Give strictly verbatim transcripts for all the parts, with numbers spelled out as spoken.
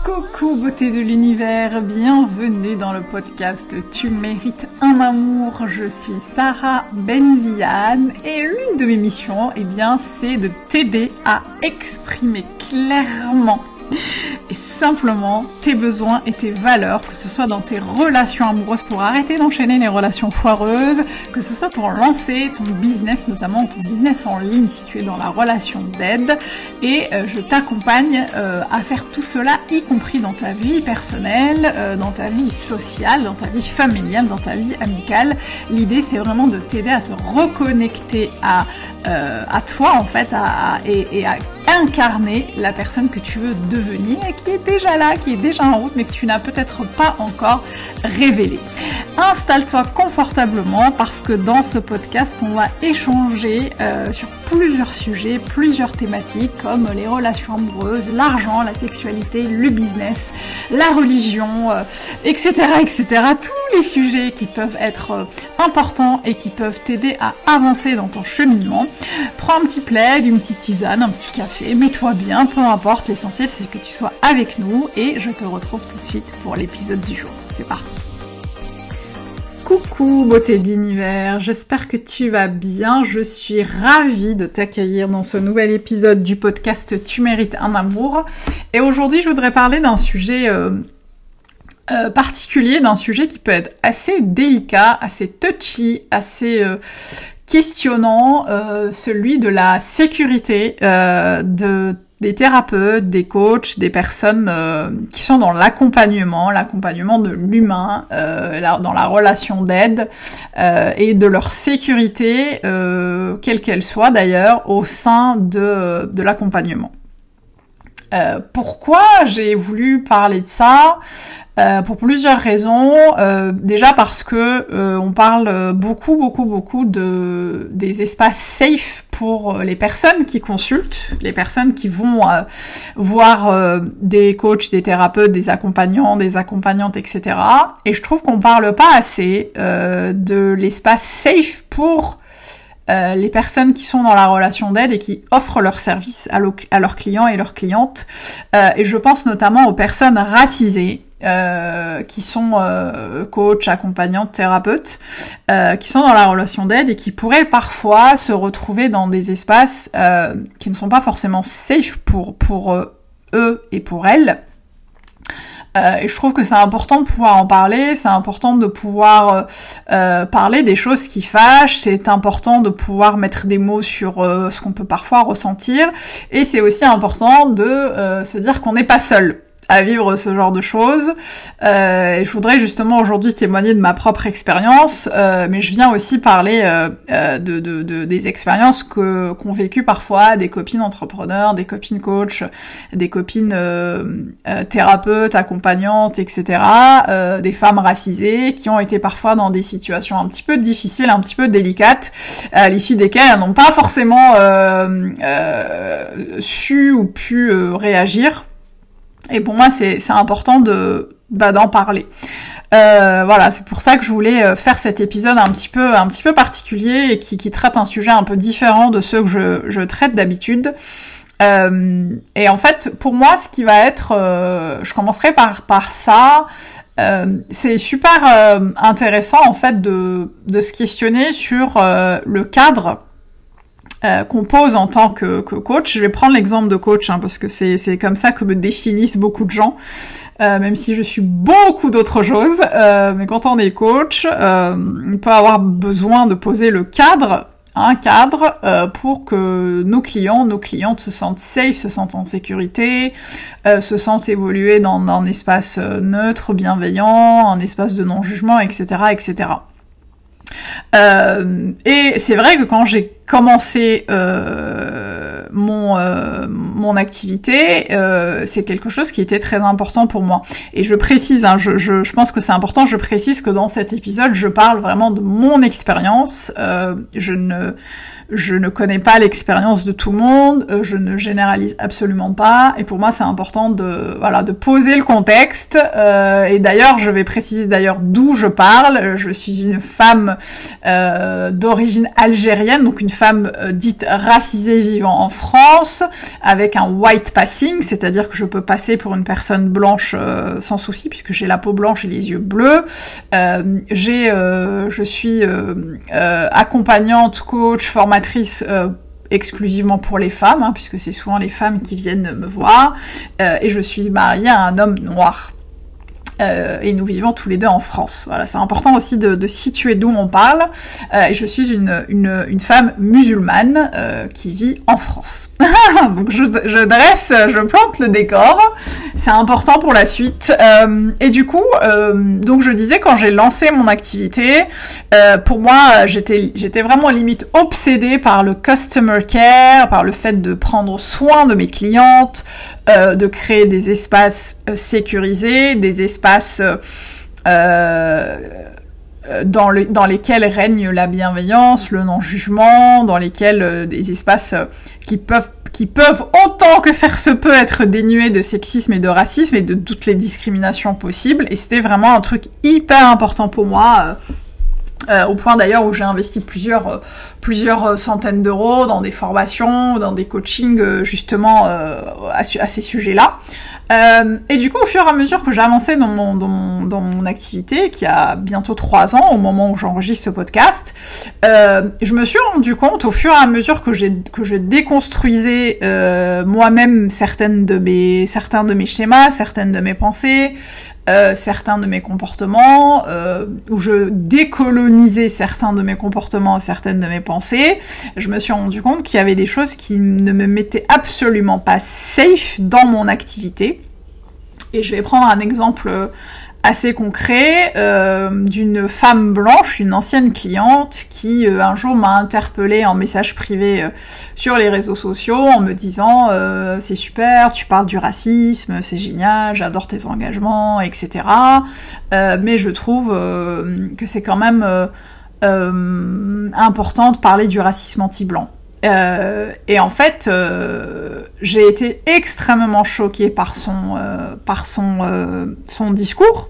Coucou beauté de l'univers, bienvenue dans le podcast Tu mérites un amour. Je suis Sarah Benziane et l'une de mes missions, eh bien, c'est de t'aider à exprimer clairement et simplement tes besoins et tes valeurs, que ce soit dans tes relations amoureuses pour arrêter d'enchaîner les relations foireuses, que ce soit pour lancer ton business, notamment ton business en ligne si tu es dans la relation d'aide, et euh, je t'accompagne euh, à faire tout cela, y compris dans ta vie personnelle, euh, dans ta vie sociale, dans ta vie familiale, dans ta vie amicale. L'idée c'est vraiment de t'aider à te reconnecter à, euh, à toi en fait, à, à, et, et à incarner la personne que tu veux devenir et qui est déjà là, qui est déjà en route mais que tu n'as peut-être pas encore révélé. Installe-toi confortablement parce que dans ce podcast on va échanger euh, sur plusieurs sujets, plusieurs thématiques comme les relations amoureuses, l'argent, la sexualité, le business, la religion, euh, et cetera et cetera. Tous les sujets qui peuvent être euh, importants et qui peuvent t'aider à avancer dans ton cheminement. Prends un petit plaid, une petite tisane, un petit café, mets-toi bien, peu importe, l'essentiel c'est que tu sois avec nous et je te retrouve tout de suite pour l'épisode du jour. C'est parti. Coucou beauté de l'univers, j'espère que tu vas bien, je suis ravie de t'accueillir dans ce nouvel épisode du podcast Tu mérites un amour. Et aujourd'hui je voudrais parler d'un sujet euh, euh, particulier, d'un sujet qui peut être assez délicat, assez touchy, assez euh, questionnant, euh, celui de la sécurité euh, de des thérapeutes, des coachs, des personnes euh, qui sont dans l'accompagnement, l'accompagnement de l'humain, euh, la, dans la relation d'aide euh, et de leur sécurité, euh, quelle qu'elle soit d'ailleurs, au sein de, de l'accompagnement. Euh, pourquoi j'ai voulu parler de ça ? Euh, pour plusieurs raisons. Euh, déjà parce que euh, on parle beaucoup, beaucoup, beaucoup de des espaces safe pour les personnes qui consultent, les personnes qui vont euh, voir euh, des coachs, des thérapeutes, des accompagnants, des accompagnantes, et cetera. Et je trouve qu'on parle pas assez euh, de l'espace safe pour Euh, les personnes qui sont dans la relation d'aide et qui offrent leurs services à, lo- à leurs clients et leurs clientes. Euh, et je pense notamment aux personnes racisées euh, qui sont euh, coachs, accompagnantes, thérapeutes, euh, qui sont dans la relation d'aide et qui pourraient parfois se retrouver dans des espaces euh, qui ne sont pas forcément safe pour, pour euh, eux et pour elles. Euh, et je trouve que c'est important de pouvoir en parler, c'est important de pouvoir euh, parler des choses qui fâchent, c'est important de pouvoir mettre des mots sur euh, ce qu'on peut parfois ressentir, et c'est aussi important de euh, se dire qu'on n'est pas seul à vivre ce genre de choses. Euh, et je voudrais justement aujourd'hui témoigner de ma propre expérience, euh, mais je viens aussi parler euh, euh, de, de, de des expériences que qu'ont vécu parfois des copines entrepreneurs, des copines coachs, des copines euh, euh, thérapeutes, accompagnantes, et cetera. Euh, des femmes racisées qui ont été parfois dans des situations un petit peu difficiles, un petit peu délicates, à l'issue desquelles elles n'ont pas forcément euh, euh, su ou pu euh, réagir. Et pour moi, c'est, c'est important de, bah, d'en parler. Euh, voilà, c'est pour ça que je voulais faire cet épisode un petit peu, un petit peu particulier et qui, qui traite un sujet un peu différent de ceux que je, je traite d'habitude. Euh, et en fait, pour moi, ce qui va être, euh, je commencerai par, par ça. Euh, c'est super euh, intéressant en fait de, de se questionner sur euh, le cadre Euh, qu'on pose en tant que, que coach. Je vais prendre l'exemple de coach hein, parce que c'est, c'est comme ça que me définissent beaucoup de gens, euh, même si je suis beaucoup d'autres choses. Euh, mais quand on est coach, euh, on peut avoir besoin de poser le cadre, un cadre euh, pour que nos clients, nos clientes se sentent safe, se sentent en sécurité, euh, se sentent évoluer dans, dans un espace neutre, bienveillant, un espace de non-jugement, et cetera, et cetera. Euh, et c'est vrai que quand j'ai commencé euh, mon euh, mon activité, euh, c'est quelque chose qui était très important pour moi. Et je précise, hein, je, je, je pense que c'est important, je précise que dans cet épisode, je parle vraiment de mon expérience. Euh, je ne Je ne connais pas l'expérience de tout le monde, euh, je ne généralise absolument pas, et pour moi c'est important de voilà de poser le contexte. Euh, et d'ailleurs, je vais préciser d'ailleurs d'où je parle. Je suis une femme euh, d'origine algérienne, donc une femme euh, dite racisée vivant en France. France, avec un white passing, c'est-à-dire que je peux passer pour une personne blanche euh, sans souci, puisque j'ai la peau blanche et les yeux bleus. Euh, j'ai, euh, je suis euh, euh, accompagnante, coach, formatrice euh, exclusivement pour les femmes, hein, puisque c'est souvent les femmes qui viennent me voir, euh, et je suis mariée à un homme noir. Euh, et nous vivons tous les deux en France. Voilà, c'est important aussi de, de situer d'où on parle. Euh, et je suis une, une, une femme musulmane euh, qui vit en France. Donc je, je dresse, je plante le décor. C'est important pour la suite. Euh, et du coup, euh, donc je disais, quand j'ai lancé mon activité, euh, pour moi, j'étais, j'étais vraiment limite obsédée par le customer care, par le fait de prendre soin de mes clientes, euh, de créer des espaces euh, sécurisés, des espaces Euh, euh, dans, le, dans lesquels règne la bienveillance, le non-jugement, dans lesquels euh, des espaces euh, qui peuvent qui peuvent autant que faire se peut être dénués de sexisme et de racisme et de toutes les discriminations possibles. Et c'était vraiment un truc hyper important pour moi. Euh, Euh, au point d'ailleurs où j'ai investi plusieurs euh, plusieurs centaines d'euros dans des formations, dans des coachings euh, justement euh, à, à ces sujets-là. Euh, et du coup, au fur et à mesure que j'avançais dans mon, dans mon dans mon activité, qui a bientôt trois ans au moment où j'enregistre ce podcast, euh, je me suis rendu compte au fur et à mesure que j'ai que je déconstruisais euh, moi-même certaines de mes certains de mes schémas, certaines de mes pensées. Euh, certains de mes comportements, euh, où je décolonisais certains de mes comportements, certaines de mes pensées, je me suis rendu compte qu'il y avait des choses qui ne me mettaient absolument pas safe dans mon activité. Et je vais prendre un exemple assez concret euh, d'une femme blanche, une ancienne cliente, qui euh, un jour m'a interpellée en message privé euh, sur les réseaux sociaux en me disant euh, c'est super, tu parles du racisme, c'est génial, j'adore tes engagements, et cetera. Euh, mais je trouve euh, que c'est quand même euh, euh, important de parler du racisme anti-blanc. Euh, et en fait, euh, j'ai été extrêmement choquée par son, euh, par son, euh, son discours,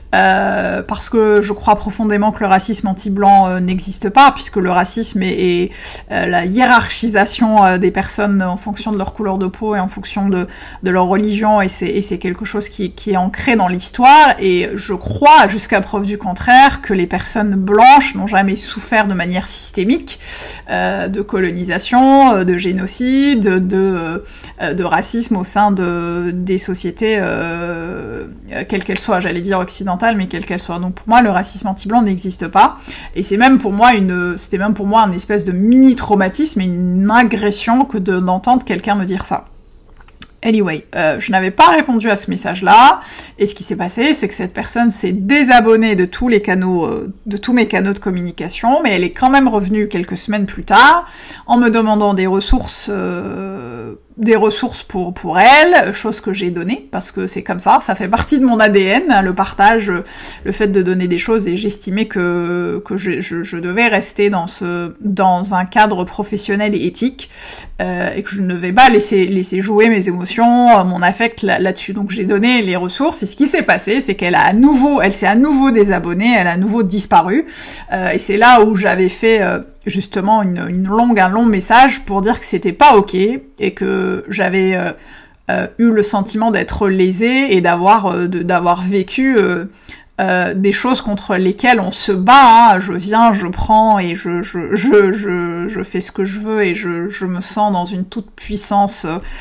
euh, parce que je crois profondément que le racisme anti-blanc euh, n'existe pas, puisque le racisme est, est euh, la hiérarchisation euh, des personnes en fonction de leur couleur de peau et en fonction de, de leur religion, et c'est, et c'est quelque chose qui, qui est ancré dans l'histoire, et je crois, jusqu'à preuve du contraire, que les personnes blanches n'ont jamais souffert de manière systémique euh, de colonisation, de génocide, de, euh, de racisme au sein de, des sociétés, euh, quelles qu'elles soient, j'allais dire occidentales, mais quelles qu'elles soient. Donc pour moi, le racisme anti-blanc n'existe pas, et c'est même pour moi une, c'était même pour moi un espèce de mini-traumatisme et une agression que de, d'entendre quelqu'un me dire ça. Anyway, euh, je n'avais pas répondu à ce message-là, et ce qui s'est passé, c'est que cette personne s'est désabonnée de tous les canaux, euh, de tous mes canaux de communication, mais elle est quand même revenue quelques semaines plus tard, en me demandant des ressources, euh, des ressources pour pour elle, chose que j'ai donnée, parce que c'est comme ça, ça fait partie de mon A D N, hein, le partage, le fait de donner des choses, et j'estimais que que je, je, je devais rester dans ce dans un cadre professionnel et éthique, euh, et que je ne devais pas laisser laisser jouer mes émotions, mon affect là, là-dessus. Donc j'ai donné les ressources, et ce qui s'est passé, c'est qu'elle a à nouveau, elle s'est à nouveau désabonnée, elle a à nouveau disparu, euh, et c'est là où j'avais fait euh, justement une, une longue, un long message pour dire que c'était pas ok, et que j'avais euh, euh, eu le sentiment d'être lésée et d'avoir euh, de, d'avoir vécu euh, euh, des choses contre lesquelles on se bat, hein. Je viens, je prends et je je je je, je fais ce que je veux, et je je me sens dans une toute puissance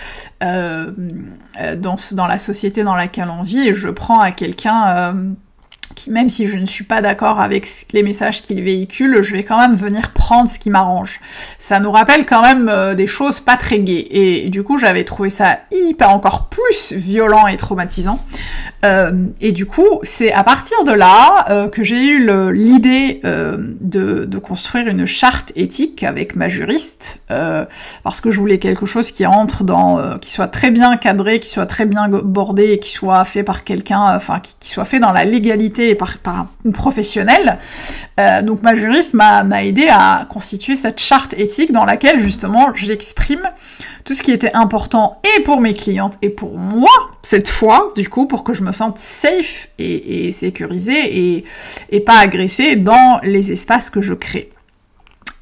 euh, dans dans la société dans laquelle on vit, et je prends à quelqu'un euh, qui, même si je ne suis pas d'accord avec les messages qu'il véhicule, je vais quand même venir prendre ce qui m'arrange. Ça nous rappelle quand même euh, des choses pas très gaies, et, et du coup j'avais trouvé ça hyper encore plus violent et traumatisant. Euh, et du coup, c'est à partir de là euh, que j'ai eu le, l'idée euh, de, de construire une charte éthique avec ma juriste, euh, parce que je voulais quelque chose qui entre dans, euh, qui soit très bien cadré, qui soit très bien bordé, et qui soit fait par quelqu'un, enfin qui, qui soit fait dans la légalité et par, par une professionnelle. Euh, donc ma juriste m'a, m'a aidé à constituer cette charte éthique dans laquelle justement j'exprime tout ce qui était important, et pour mes clientes et pour moi, cette fois, du coup, pour que je me sente safe et, et sécurisée et, et pas agressée dans les espaces que je crée.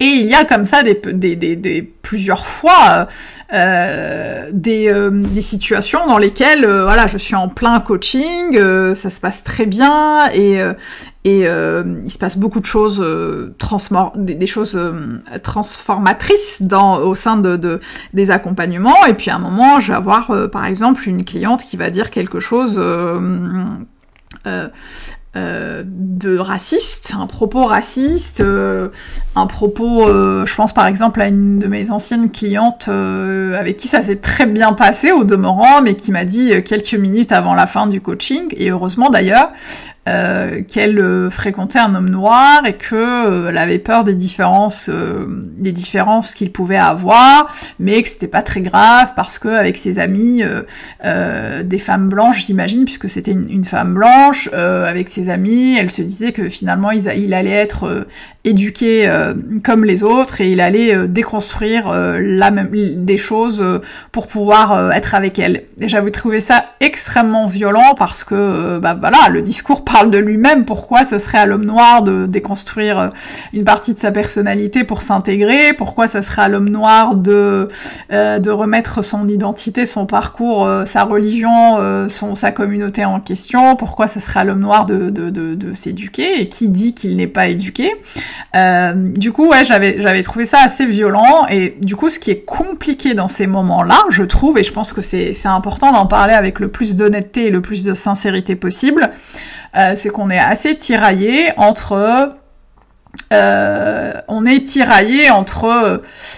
Et il y a comme ça des, des, des, des plusieurs fois euh, des, euh, des situations dans lesquelles euh, voilà, je suis en plein coaching, euh, ça se passe très bien et euh, et euh, il se passe beaucoup de choses euh, transmor- des, des choses euh, transformatrices dans au sein de, de des accompagnements. Et puis à un moment, je vais avoir euh, par exemple une cliente qui va dire quelque chose euh, euh, Euh, de raciste, un propos raciste, euh, un propos, euh, je pense par exemple à une de mes anciennes clientes euh, avec qui ça s'est très bien passé au demeurant, mais qui m'a dit quelques minutes avant la fin du coaching, et heureusement d'ailleurs, euh, qu'elle euh, fréquentait un homme noir et que euh, elle avait peur des différences, euh, des différences qu'il pouvait avoir, mais que c'était pas très grave parce que avec ses amis, euh, euh, des femmes blanches, j'imagine, puisque c'était une, une femme blanche, euh, avec ses amis, elle se disait que finalement il, il allait être euh, éduqué euh, comme les autres et il allait euh, déconstruire euh, la même des choses euh, pour pouvoir euh, être avec elle. Et j'avais trouvé ça extrêmement violent parce que euh, bah voilà, le discours parle de lui-même. Pourquoi ce serait à l'homme noir de déconstruire une partie de sa personnalité pour s'intégrer? Pourquoi ça serait à l'homme noir de euh, de remettre son identité, son parcours, euh, sa religion, euh, son sa communauté en question? Pourquoi ça serait à l'homme noir de de de, de s'éduquer? Et qui dit qu'il n'est pas éduqué? Euh, du coup, ouais, j'avais j'avais trouvé ça assez violent. Et du coup, ce qui est compliqué dans ces moments-là, je trouve, et je pense que c'est c'est important d'en parler avec le plus d'honnêteté et le plus de sincérité possible. Euh, c'est qu'on est assez tiraillé entre... Euh, on est tiraillé entre... Euh,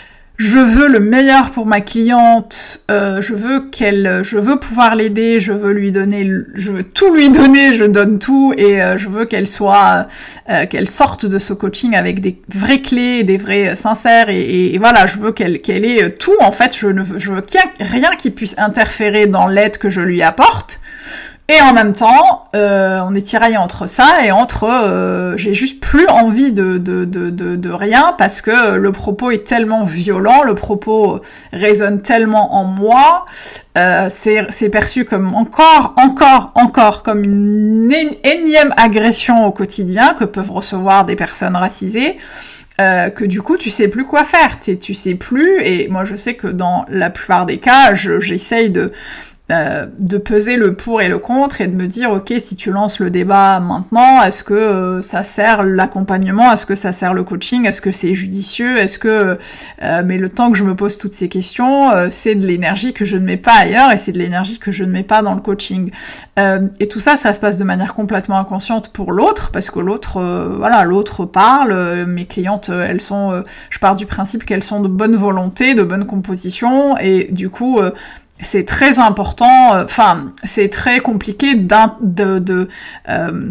je veux le meilleur pour ma cliente, euh, je veux qu'elle, je veux pouvoir l'aider, je veux lui donner, je veux tout lui donner, je donne tout et euh, je veux qu'elle soit, euh, qu'elle sorte de ce coaching avec des vraies clés, des vrais sincères et, et, et voilà, je veux qu'elle, qu'elle ait tout en fait, je ne veux, je veux qu'il y ait rien qui puisse interférer dans l'aide que je lui apporte. Et en même temps, euh, on est tiraillé entre ça et entre euh, j'ai juste plus envie de, de, de, de, de rien parce que le propos est tellement violent, le propos résonne tellement en moi, euh, c'est, c'est perçu comme encore, encore, encore comme une énième agression au quotidien que peuvent recevoir des personnes racisées. Euh, que du coup tu sais plus quoi faire, tu, tu sais plus, et moi je sais que dans la plupart des cas, je, j'essaye de Euh, de peser le pour et le contre et de me dire ok, si tu lances le débat maintenant, est-ce que euh, ça sert l'accompagnement, est-ce que ça sert le coaching, est-ce que c'est judicieux, est-ce que euh, mais le temps que je me pose toutes ces questions, euh, c'est de l'énergie que je ne mets pas ailleurs et c'est de l'énergie que je ne mets pas dans le coaching. Euh, et tout ça, ça se passe de manière complètement inconsciente pour l'autre parce que l'autre, euh, voilà, l'autre parle. Euh, mes clientes, euh, elles sont, euh, je pars du principe qu'elles sont de bonne volonté, de bonne composition et du coup euh, c'est très important, enfin, euh, c'est très compliqué d'in- de, de euh,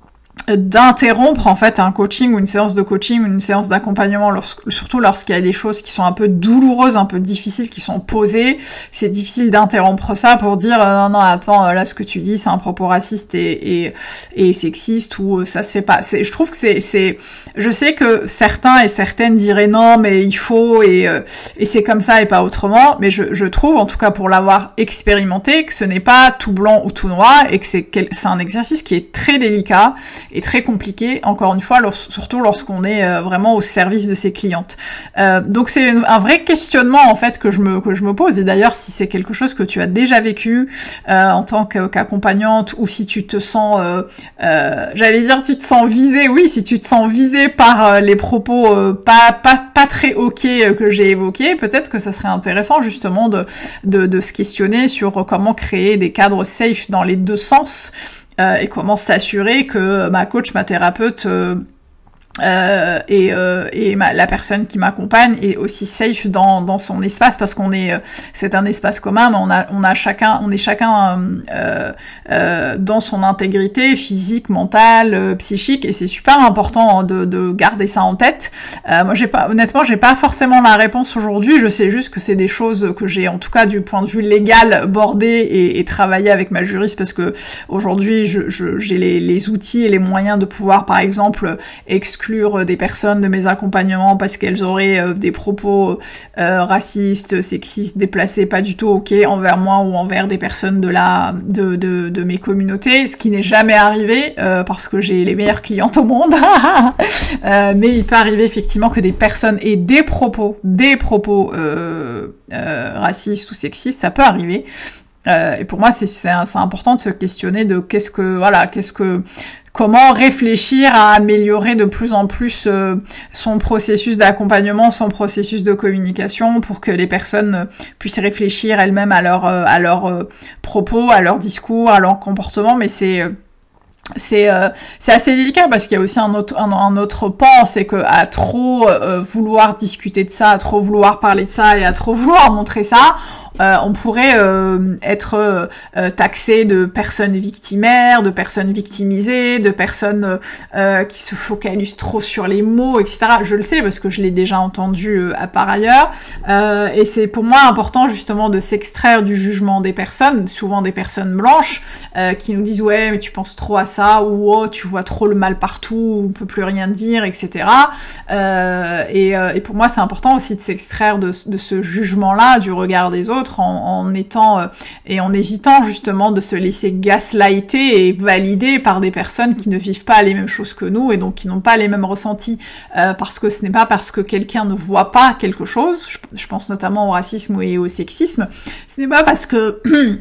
d'interrompre en fait un coaching ou une séance de coaching ou une séance d'accompagnement, lorsque, surtout lorsqu'il y a des choses qui sont un peu douloureuses, un peu difficiles, qui sont posées. C'est difficile d'interrompre ça pour dire euh, non non attends, là ce que tu dis c'est un propos raciste et et, et sexiste ou euh, ça se fait pas. C'est, je trouve que c'est c'est je sais que certains et certaines diraient non mais il faut et euh, et c'est comme ça et pas autrement, mais je je trouve en tout cas pour l'avoir expérimenté que ce n'est pas tout blanc ou tout noir et que c'est c'est un exercice qui est très délicat est très compliqué, encore une fois, lors, surtout lorsqu'on est euh, vraiment au service de ses clientes. Euh, donc c'est un vrai questionnement en fait que je me que je me pose. Et d'ailleurs, si c'est quelque chose que tu as déjà vécu euh, en tant qu'accompagnante, ou si tu te sens, euh, euh, j'allais dire, tu te sens visée, oui, si tu te sens visée par euh, les propos euh, pas pas pas très ok euh, que j'ai évoqués, peut-être que ça serait intéressant justement de de, de se questionner sur comment créer des cadres safe dans les deux sens. Euh, et comment s'assurer que ma coach, ma thérapeute euh, euh, et, euh, et ma, la personne qui m'accompagne est aussi safe dans, dans son espace parce qu'on est, c'est un espace commun, mais on a, on a chacun, on est chacun euh, euh, dans son intégrité physique, mentale, euh, psychique, et c'est super important de, de garder ça en tête. Euh, moi, j'ai pas, honnêtement, j'ai pas forcément la réponse aujourd'hui. Je sais juste que c'est des choses que j'ai, en tout cas du point de vue légal, bordé et, et travaillé avec ma juriste parce que aujourd'hui, je, je, j'ai les, les outils et les moyens de pouvoir, par exemple, exclure d'exclure des personnes de mes accompagnements parce qu'elles auraient euh, des propos euh, racistes, sexistes, déplacés, pas du tout ok envers moi ou envers des personnes de la de de, de mes communautés, ce qui n'est jamais arrivé euh, parce que j'ai les meilleures clientes au monde. euh, mais il peut arriver effectivement que des personnes aient des propos, des propos euh, euh, racistes ou sexistes, ça peut arriver. Euh, et pour moi, c'est, c'est, c'est important de se questionner de qu'est-ce que, voilà, qu'est-ce que, comment réfléchir à améliorer de plus en plus euh, son processus d'accompagnement, son processus de communication, pour que les personnes puissent réfléchir elles-mêmes à leurs euh, à leurs euh, propos, à leur discours, à leur comportement. Mais c'est euh, c'est euh, c'est assez délicat parce qu'il y a aussi un autre un, un autre pan, c'est que à trop euh, vouloir discuter de ça, à trop vouloir parler de ça et à trop vouloir montrer ça, Euh, on pourrait euh, être euh, taxé de personnes victimaires, de personnes victimisées, de personnes euh, qui se focalisent trop sur les mots, et cetera. Je le sais parce que je l'ai déjà entendu euh, à par ailleurs. Euh, et c'est pour moi important justement de s'extraire du jugement des personnes, souvent des personnes blanches, euh, qui nous disent ouais mais tu penses trop à ça, ou oh tu vois trop le mal partout, on peut plus rien dire, et cetera. Euh, et, euh, et pour moi c'est important aussi de s'extraire de, de ce jugement-là, du regard des autres. En, en étant euh, et en évitant justement de se laisser gaslighter et valider par des personnes qui ne vivent pas les mêmes choses que nous et donc qui n'ont pas les mêmes ressentis, euh, parce que ce n'est pas parce que quelqu'un ne voit pas quelque chose, je, je pense notamment au racisme et au sexisme, ce n'est pas parce que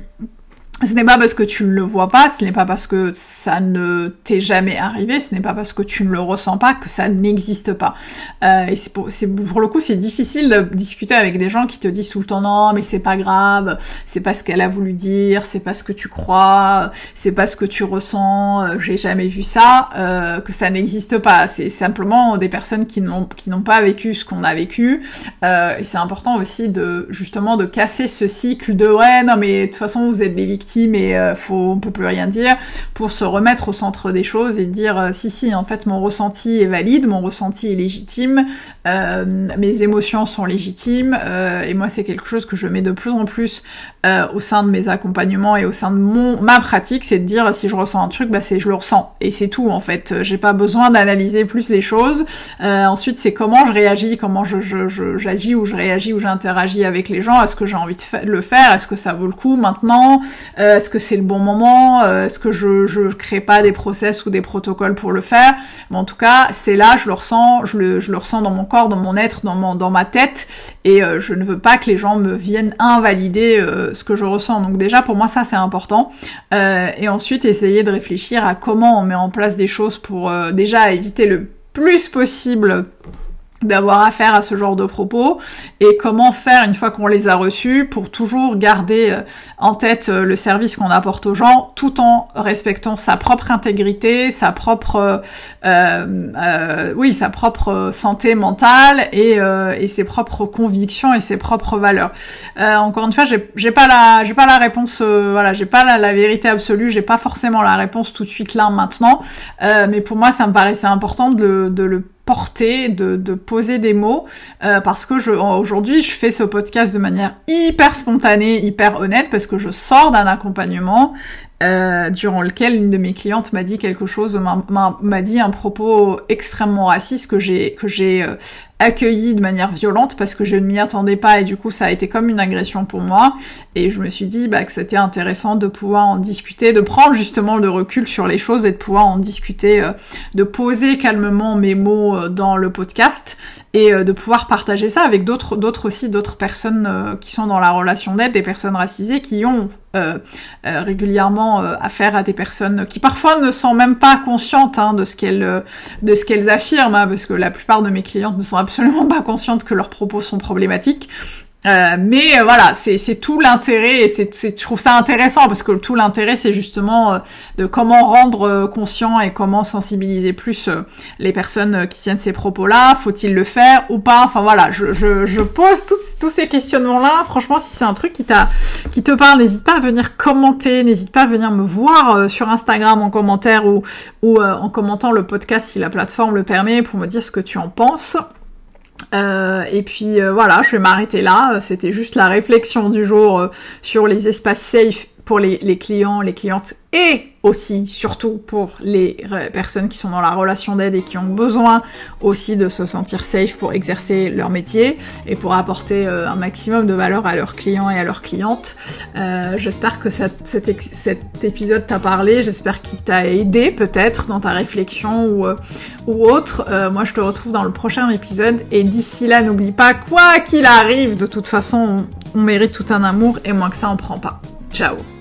ce n'est pas parce que tu ne le vois pas, ce n'est pas parce que ça ne t'est jamais arrivé, ce n'est pas parce que tu ne le ressens pas que ça n'existe pas. Euh, et c'est pour, c'est pour le coup, c'est difficile de discuter avec des gens qui te disent tout le temps non, mais c'est pas grave, c'est pas ce qu'elle a voulu dire, c'est pas ce que tu crois, c'est pas ce que tu ressens, euh, j'ai jamais vu ça, euh, que ça n'existe pas. C'est simplement des personnes qui n'ont qui n'ont pas vécu ce qu'on a vécu. Euh, et c'est important aussi de justement de casser ce cycle de ouais non mais de toute façon vous êtes des victimes mais euh, faut, on peut plus rien dire, pour se remettre au centre des choses et dire euh, si si en fait mon ressenti est valide, mon ressenti est légitime, euh, mes émotions sont légitimes, euh, et moi c'est quelque chose que je mets de plus en plus euh, au sein de mes accompagnements et au sein de mon ma pratique, c'est de dire si je ressens un truc, bah c'est je le ressens et c'est tout en fait, j'ai pas besoin d'analyser plus les choses. Euh, ensuite c'est comment je réagis, comment je, je, je j'agis ou je réagis ou j'interagis avec les gens, est-ce que j'ai envie de fa- le faire, est-ce que ça vaut le coup maintenant, Euh, est-ce que c'est le bon moment, euh, est-ce que je je crée pas des process ou des protocoles pour le faire, mais en tout cas c'est là, je le ressens, je le je le ressens dans mon corps, dans mon être, dans mon dans ma tête, et euh, je ne veux pas que les gens me viennent invalider euh, ce que je ressens. Donc déjà pour moi ça c'est important, euh, et ensuite essayer de réfléchir à comment on met en place des choses pour euh, déjà éviter le plus possible d'avoir affaire à ce genre de propos, et comment faire une fois qu'on les a reçus pour toujours garder en tête le service qu'on apporte aux gens tout en respectant sa propre intégrité, sa propre euh, euh, oui sa propre santé mentale et, euh, et ses propres convictions et ses propres valeurs. Euh, encore une fois, j'ai, j'ai pas la j'ai pas la réponse, euh, voilà, j'ai pas la, la vérité absolue, j'ai pas forcément la réponse tout de suite là maintenant, euh, mais pour moi ça me paraissait important de le, de le porter, de, de poser des mots, euh, parce que je, aujourd'hui je fais ce podcast de manière hyper spontanée, hyper honnête, parce que je sors d'un accompagnement euh, durant lequel une de mes clientes m'a dit quelque chose, m'a, m'a, m'a dit un propos extrêmement raciste que j'ai que j'ai euh, accueilli de manière violente parce que je ne m'y attendais pas, et du coup ça a été comme une agression pour moi, et je me suis dit bah, que c'était intéressant de pouvoir en discuter, de prendre justement le recul sur les choses et de pouvoir en discuter, euh, de poser calmement mes mots euh, dans le podcast, et euh, de pouvoir partager ça avec d'autres d'autres aussi, d'autres personnes euh, qui sont dans la relation d'aide, des personnes racisées qui ont Euh, euh, régulièrement euh, affaire à des personnes qui parfois ne sont même pas conscientes hein, de ce qu'elles euh, de ce qu'elles affirment, hein, parce que la plupart de mes clientes ne sont absolument pas conscientes que leurs propos sont problématiques. Euh, mais euh, voilà, c'est c'est tout l'intérêt, et c'est c'est je trouve ça intéressant parce que tout l'intérêt c'est justement euh, de comment rendre euh, conscient et comment sensibiliser plus euh, les personnes euh, qui tiennent ces propos-là. Faut-il le faire ou pas? Enfin voilà, je je je pose tous tous ces questionnements-là. Franchement, si c'est un truc qui t'a qui te parle, n'hésite pas à venir commenter, n'hésite pas à venir me voir euh, sur Instagram en commentaire ou ou euh, en commentant le podcast si la plateforme le permet, pour me dire ce que tu en penses. Euh, et puis euh, voilà, je vais m'arrêter là. C'était juste la réflexion du jour euh, sur les espaces safe pour les, les clients, les clientes et aussi, surtout pour les personnes qui sont dans la relation d'aide et qui ont besoin aussi de se sentir safe pour exercer leur métier et pour apporter euh, un maximum de valeur à leurs clients et à leurs clientes. Euh, j'espère que ça, cet, cet épisode t'a parlé, j'espère qu'il t'a aidé peut-être dans ta réflexion ou, euh, ou autre. Euh, moi je te retrouve dans le prochain épisode et d'ici là n'oublie pas, quoi qu'il arrive, de toute façon on, on mérite tout un amour et moins que ça on prend pas. Ciao.